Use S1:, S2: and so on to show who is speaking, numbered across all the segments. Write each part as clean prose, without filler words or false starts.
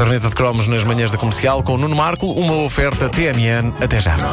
S1: Caderneta de cromos nas manhãs da Comercial com Nuno Marco, uma oferta TMN. Até já.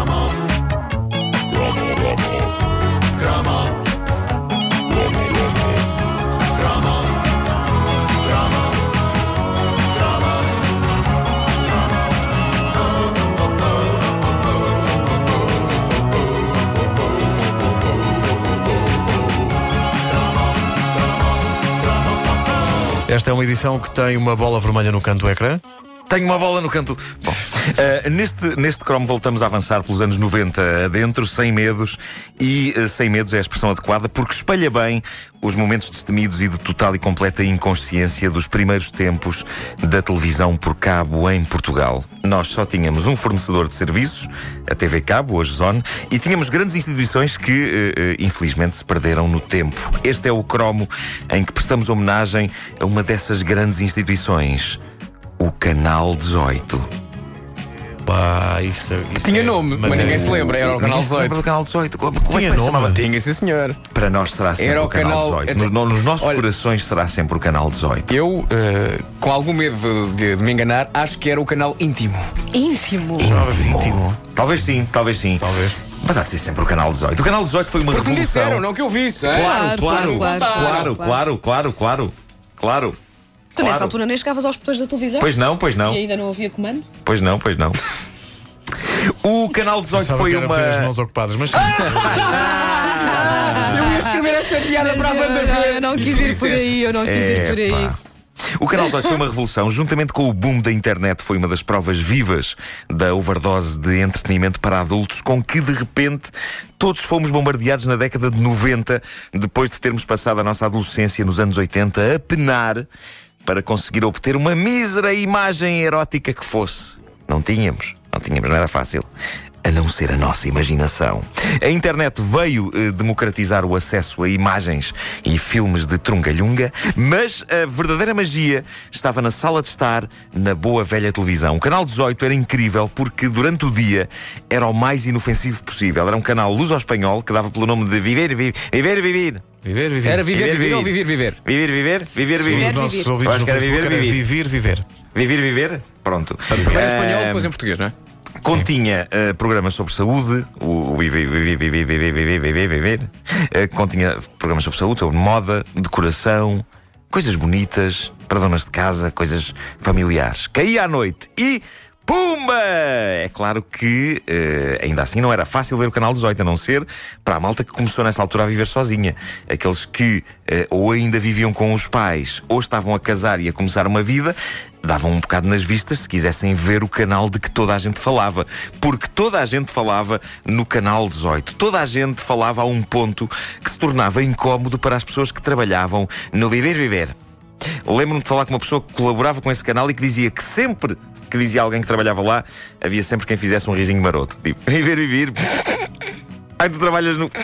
S1: Esta é uma edição que tem uma bola vermelha no canto do ecrã.
S2: Tenho uma bola no canto. Bom, neste cromo voltamos a avançar pelos anos 90 adentro, sem medos. E sem medos é a expressão adequada, porque espelha bem os momentos destemidos e de total e completa inconsciência dos primeiros tempos da televisão por cabo em Portugal. Nós só tínhamos um fornecedor de serviços, a TV Cabo, hoje Zone, e tínhamos grandes instituições que, infelizmente, se perderam no tempo. Este é o cromo em que prestamos homenagem a uma dessas grandes instituições. O Canal 18.
S1: Pá, isso
S3: tinha nome, mas ninguém se lembra. Era o Canal 18.
S2: Lembra do Canal 18? Como
S1: Tinha
S2: é que
S1: nome?
S2: chamava?
S3: Tinha, sim, senhor.
S2: Para nós será sempre
S3: Era
S2: o Canal 18. Nos nossos corações será sempre o Canal 18.
S3: Eu, com algum medo de me enganar, acho que era o canal íntimo.
S4: Íntimo?
S1: Íntimo.
S2: Talvez sim.
S1: Talvez.
S2: Mas há de ser sempre o Canal 18. O Canal 18 foi uma
S3: Porque me
S2: revolução.
S3: disseram, não que eu visse.
S2: Claro.
S4: Tu nessa altura nem chegavas aos botões da televisão?
S2: Pois não.
S4: E ainda não havia comando?
S2: Pois não. O Canal 18
S1: Pensava
S2: foi
S1: que era por ter as
S2: uma...
S1: mãos ocupadas, mas sim.
S3: Eu ia escrever essa piada para a banda ver.
S4: Eu não quis ir por aí,
S2: O Canal 18 foi uma revolução. Juntamente com o boom da internet, foi uma das provas vivas da overdose de entretenimento para adultos, com que de repente todos fomos bombardeados na década de 90, depois de termos passado a nossa adolescência nos anos 80 a penar para conseguir obter uma mísera imagem erótica que fosse. Não tínhamos, não era fácil. A não ser a nossa imaginação. A internet veio democratizar o acesso a imagens e filmes de trungalhunga, mas a verdadeira magia estava na sala de estar, na boa velha televisão. O Canal 18 era incrível porque durante o dia era o mais inofensivo possível. Era um canal luso-espanhol que dava pelo nome de Viver.
S3: Era viver ou viver?
S2: Viver.
S1: Os nossos ouvintes no Facebook era viver.
S2: Viver? Pronto.
S3: Primeiro em espanhol, depois em português, não é?
S2: Continha programas sobre saúde, o Viver. Continha programas sobre saúde, sobre moda, decoração, coisas bonitas para donas de casa, coisas familiares. Caía à noite e... pumba! É claro que ainda assim não era fácil ver o Canal 18, a não ser para a malta que começou nessa altura a viver sozinha. Aqueles que ou ainda viviam com os pais, ou estavam a casar e a começar uma vida, davam um bocado nas vistas se quisessem ver o canal de que toda a gente falava. Porque toda a gente falava no Canal 18. Toda a gente falava a um ponto que se tornava incómodo para as pessoas que trabalhavam no Viver. Lembro-me de falar com uma pessoa que colaborava com esse canal e que dizia que sempre que dizia alguém que trabalhava lá, havia sempre quem fizesse um risinho maroto. Tipo, viver. Ai, tu trabalhas no...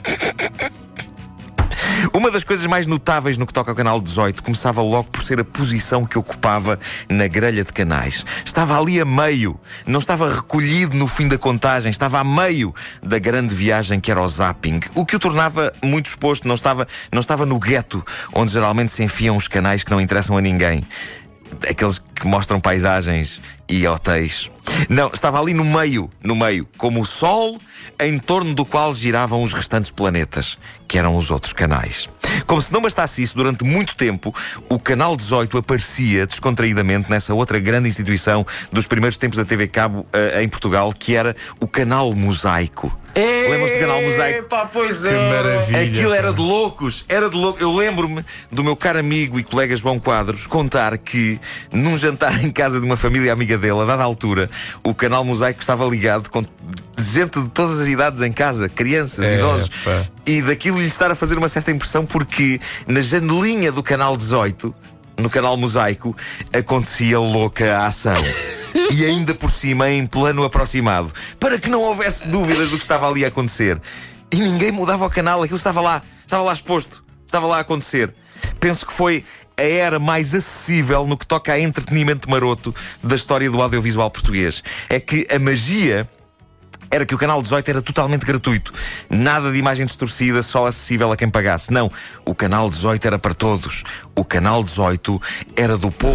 S2: Uma das coisas mais notáveis no que toca ao Canal 18 começava logo por ser a posição que ocupava na grelha de canais. Estava ali a meio, não estava recolhido no fim da contagem, estava a meio da grande viagem que era o zapping, o que o tornava muito exposto, não estava no gueto, onde geralmente se enfiam os canais que não interessam a ninguém. Aqueles que mostram paisagens e hotéis. Não, estava ali no meio, como o Sol, em torno do qual giravam os restantes planetas, que eram os outros canais. Como se não bastasse isso, durante muito tempo, o Canal 18 aparecia descontraídamente nessa outra grande instituição dos primeiros tempos da TV Cabo em Portugal, que era o Canal Mosaico. Lembram-se do Canal Mosaico?
S3: Pá, pois é.
S1: Que maravilha.
S2: Aquilo era de loucos. Eu lembro-me do meu caro amigo e colega João Quadros contar que num jantar em casa de uma família amiga dele, a dada altura, o Canal Mosaico estava ligado com gente de todas as idades em casa, crianças, idosos, e daquilo lhe estar a fazer uma certa impressão porque na janelinha do Canal 18, no Canal Mosaico, acontecia louca a ação. E ainda por cima em plano aproximado, para que não houvesse dúvidas do que estava ali a acontecer. E ninguém mudava o canal, aquilo estava lá exposto, estava lá a acontecer. Penso que foi a era mais acessível no que toca a entretenimento maroto da história do audiovisual português. É que a magia era que o Canal 18 era totalmente gratuito. Nada de imagem distorcida, só acessível a quem pagasse. Não, o Canal 18 era para todos. O Canal 18 era do povo.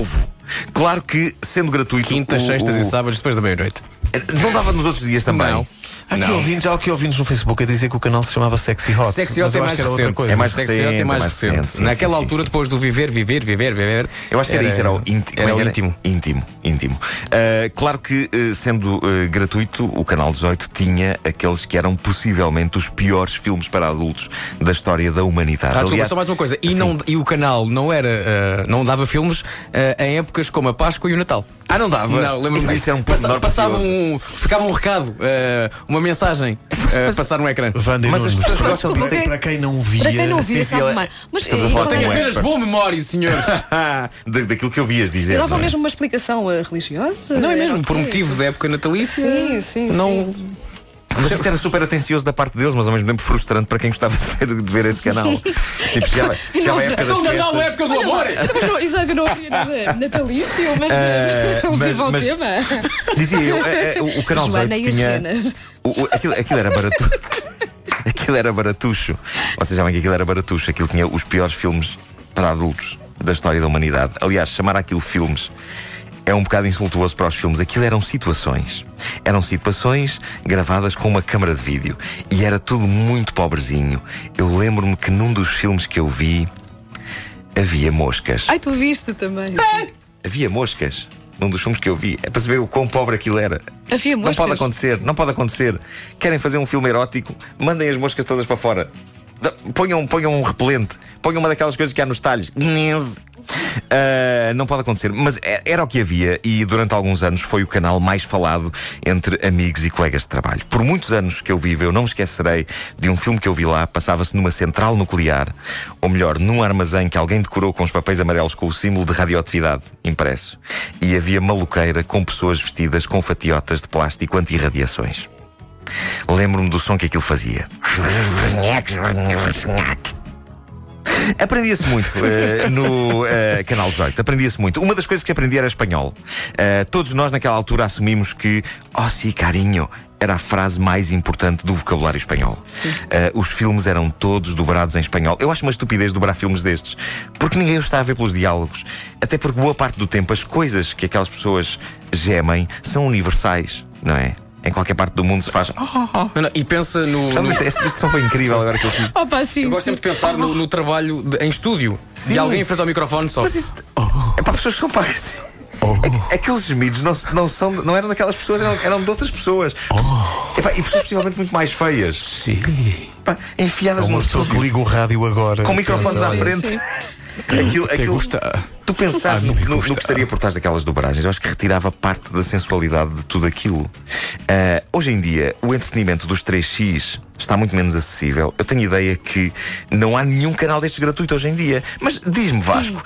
S2: Claro que, sendo gratuito...
S3: Quintas, sextas e sábados depois da meia-noite.
S2: Não dava nos outros dias também?
S3: Não.
S1: Há aqui ouvintes no Facebook a dizer que o canal se chamava Sexy Hot.
S3: Sexy Hot é mais recente.
S2: É mais
S3: Sexy Hot é mais recente.
S2: Sim,
S3: Naquela
S2: sim,
S3: altura,
S2: sim.
S3: depois do viver.
S2: Eu acho que era isso, era o íntimo.
S3: íntimo.
S2: Íntimo. Claro que, sendo gratuito, o Canal 18 tinha aqueles que eram possivelmente os piores filmes para adultos da história da humanidade.
S3: Desculpa, só mais uma coisa. E o canal não dava filmes em épocas como a Páscoa e o Natal.
S2: Não dava?
S3: Não, lembro-me disso.
S2: Era um pormenor
S3: Ficava um recado, uma mensagem a passar no ecrã.
S1: Wanda e
S2: Mas as
S1: Nunes.
S2: pessoas gostam disso.
S1: Para quem não via.
S4: Para quem não
S2: sim,
S4: via, sabe
S2: ela-
S4: mais. Mas
S2: Estamos a falar
S3: Tenho
S2: com um
S3: apenas
S2: expert.
S3: boa memória, senhores.
S2: Daquilo que eu vias dizer.
S4: eles dão
S2: não é?
S4: mesmo uma explicação religiosa?
S3: Não é
S4: Era
S3: mesmo?
S4: o
S3: Por
S4: quê?
S3: motivo da época natalícia.
S4: Sim.
S3: Não.
S2: Mas isso era super atencioso da parte deles, mas ao mesmo tempo frustrante para quem gostava de ver esse canal. Tipo, já vai a época das
S3: O Natal é a
S2: festas.
S3: época do amor.
S4: Exato, eu não havia nada natalício, mas relativo ao
S2: mas-
S4: tema.
S2: Dizia eu, o Canal 18
S4: Joana e as
S2: tinha...
S4: renas.
S2: Aquilo era barato. Aquilo era baratucho. Vocês sabem que aquilo era baratucho. Aquilo tinha os piores filmes para adultos da história da humanidade. Aliás, chamar aquilo filmes é um bocado insultuoso para os filmes. Aquilo eram situações. Eram situações gravadas com uma câmara de vídeo. E era tudo muito pobrezinho. Eu lembro-me que num dos filmes que eu vi havia moscas.
S4: Ai, tu viste também.
S2: Havia moscas. Num dos filmes que eu vi. É para se ver o quão pobre aquilo era.
S4: Havia moscas.
S2: Não pode acontecer. Querem fazer um filme erótico? Mandem as moscas todas para fora. Ponham um repelente. Ponham uma daquelas coisas que há nos talhos. Não pode acontecer. Mas era o que havia. E durante alguns anos foi o canal mais falado entre amigos e colegas de trabalho. Por muitos anos que eu vivo, eu não me esquecerei de um filme que eu vi lá. Passava-se numa central nuclear. Ou melhor, num armazém que alguém decorou com os papéis amarelos com o símbolo de radioatividade impresso. E havia maluqueira com pessoas vestidas com fatiotas de plástico anti-radiações. Lembro-me do som que aquilo fazia. Aprendia-se muito no Canal 18. Aprendia-se muito. Uma das coisas que aprendi era espanhol. Todos nós naquela altura assumimos que sí, carinho era a frase mais importante do vocabulário espanhol. Os filmes eram todos dobrados em espanhol. Eu acho uma estupidez dobrar filmes destes, porque ninguém os está a ver pelos diálogos. Até porque boa parte do tempo as coisas que aquelas pessoas gemem são universais, não é? Em qualquer parte do mundo se faz.
S3: Não, e pensa no.
S2: Este som foi incrível agora que eu fiz.
S4: Opa, sim.
S3: Eu gosto sempre de pensar no trabalho em estúdio.
S2: Sim.
S3: E alguém em frente ao microfone só.
S2: Mas isso é para pessoas que são pais. Aqueles gemidos não eram daquelas pessoas, eram de outras pessoas. Epá, e pessoas possivelmente muito mais feias.
S1: Sim.
S2: Epá, enfiadas
S1: Uma
S2: num
S1: pessoa que
S2: estúdio
S1: liga o rádio agora.
S2: com microfones à frente.
S4: Sim.
S2: Aquilo,
S3: Gusta.
S2: tu pensares no que
S3: gusta.
S2: estaria por trás daquelas dobragens, eu acho que retirava parte da sensualidade de tudo aquilo. Hoje em dia, o entretenimento dos 3x está muito menos acessível. Eu tenho ideia que não há nenhum canal destes gratuito hoje em dia. Mas diz-me, Vasco.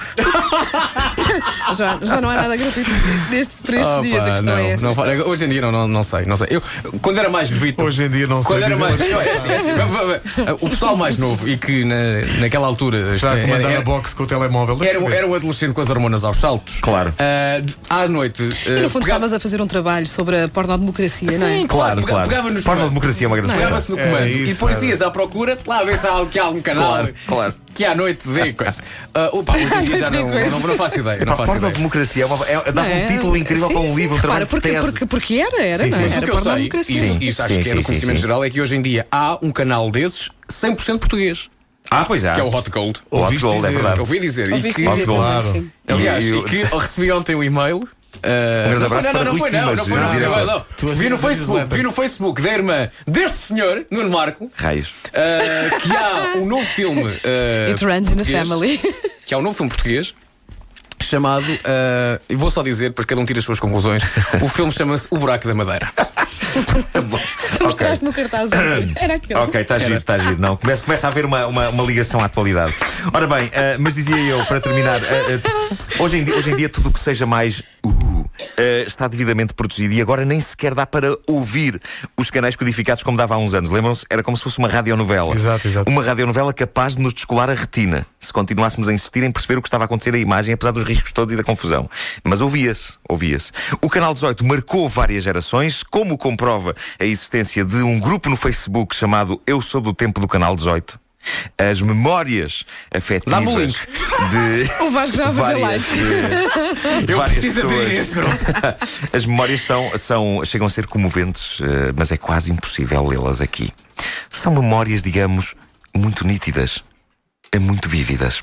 S4: Já não há nada gratuito destes 3 dias. A questão é essa.
S3: Hoje em dia não sei. Eu, quando era mais novito.
S1: Hoje em dia não sei.
S3: Quando era
S1: dizer
S3: mais.
S1: uma
S3: É assim, o pessoal mais novo e que naquela altura.
S1: Já a comandar a boxe com o telemóvel.
S3: Era um adolescente com as hormonas aos saltos.
S2: Claro.
S3: À noite.
S4: E no fundo estavas a fazer um trabalho sobre a pornodemocracia, não é?
S3: Sim,
S2: Claro.
S3: Pegava nos
S2: Para a democracia é uma grande
S3: Pegava-se no comando.
S1: isso,
S3: E depois ias à procura, lá ver se há algum canal.
S2: Claro.
S3: Que à noite vê coisa. Hoje em dia já não faço ideia. Não
S2: A
S3: faço
S2: porta da
S3: ideia.
S2: democracia dava um título incrível para um livro, um trabalho de tese.
S4: Porque era,
S2: Sim,
S4: não
S2: sim.
S4: é?
S3: Mas o
S4: Era
S3: que eu sei,
S4: pornodemocracia.
S3: isso acho que é do conhecimento geral, é que hoje em dia há um canal desses 100% português,
S2: Pois é.
S3: que é o Hot Gold.
S2: O Hot
S1: Ouviste
S2: Gold, é
S1: dizer.
S2: verdade.
S3: Ouvi dizer. E
S4: Ouviste
S3: que,
S4: dizer
S1: claro.
S4: também, sim.
S3: aliás,
S2: E
S3: e que eu recebi ontem um e-mail.
S2: grande abraço para Rui Simas,
S3: Não foi,
S2: diretor.
S3: não.
S1: Tu
S3: Vi no
S1: assinaste
S3: Facebook, Facebook da irmã deste senhor, Nuno Marco,
S2: Raios.
S3: que há um novo filme.
S4: It runs in the
S3: português,
S4: family.
S3: Que há um novo filme português chamado. E vou só dizer, para cada um tire as suas conclusões. O filme chama-se O Buraco da Madeira.
S4: Tu mostraste no cartaz. Era aquele.
S2: Ok, está giro. Não, começa a haver uma ligação à atualidade. Ora bem, mas dizia eu, para terminar, hoje em dia tudo o que seja mais está devidamente protegido e agora nem sequer dá para ouvir os canais codificados como dava há uns anos. Lembram-se? Era como se fosse uma radionovela.
S1: Exato.
S2: Uma radionovela capaz de nos descolar a retina, se continuássemos a insistir em perceber o que estava a acontecer à imagem, apesar dos riscos todos e da confusão. Mas ouvia-se. O Canal 18 marcou várias gerações, como comprova a existência de um grupo no Facebook chamado Eu Sou do Tempo do Canal 18. As memórias afetivas.
S3: Dá-me o link.
S4: O Vasco já vai fazer
S2: várias,
S4: live.
S2: de
S3: Eu
S2: várias
S3: preciso abrir
S2: pessoas.
S3: esse grupo.
S2: As memórias chegam a ser comoventes, mas é quase impossível lê-las aqui. São memórias, digamos, muito nítidas, muito vívidas.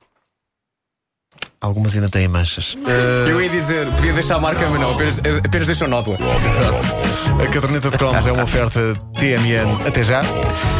S1: Algumas ainda têm manchas.
S3: Eu ia dizer, podia deixar a marca, mas não, apenas deixou nódoa.
S1: Exato. A caderneta de cromos é uma oferta TMN. Até já.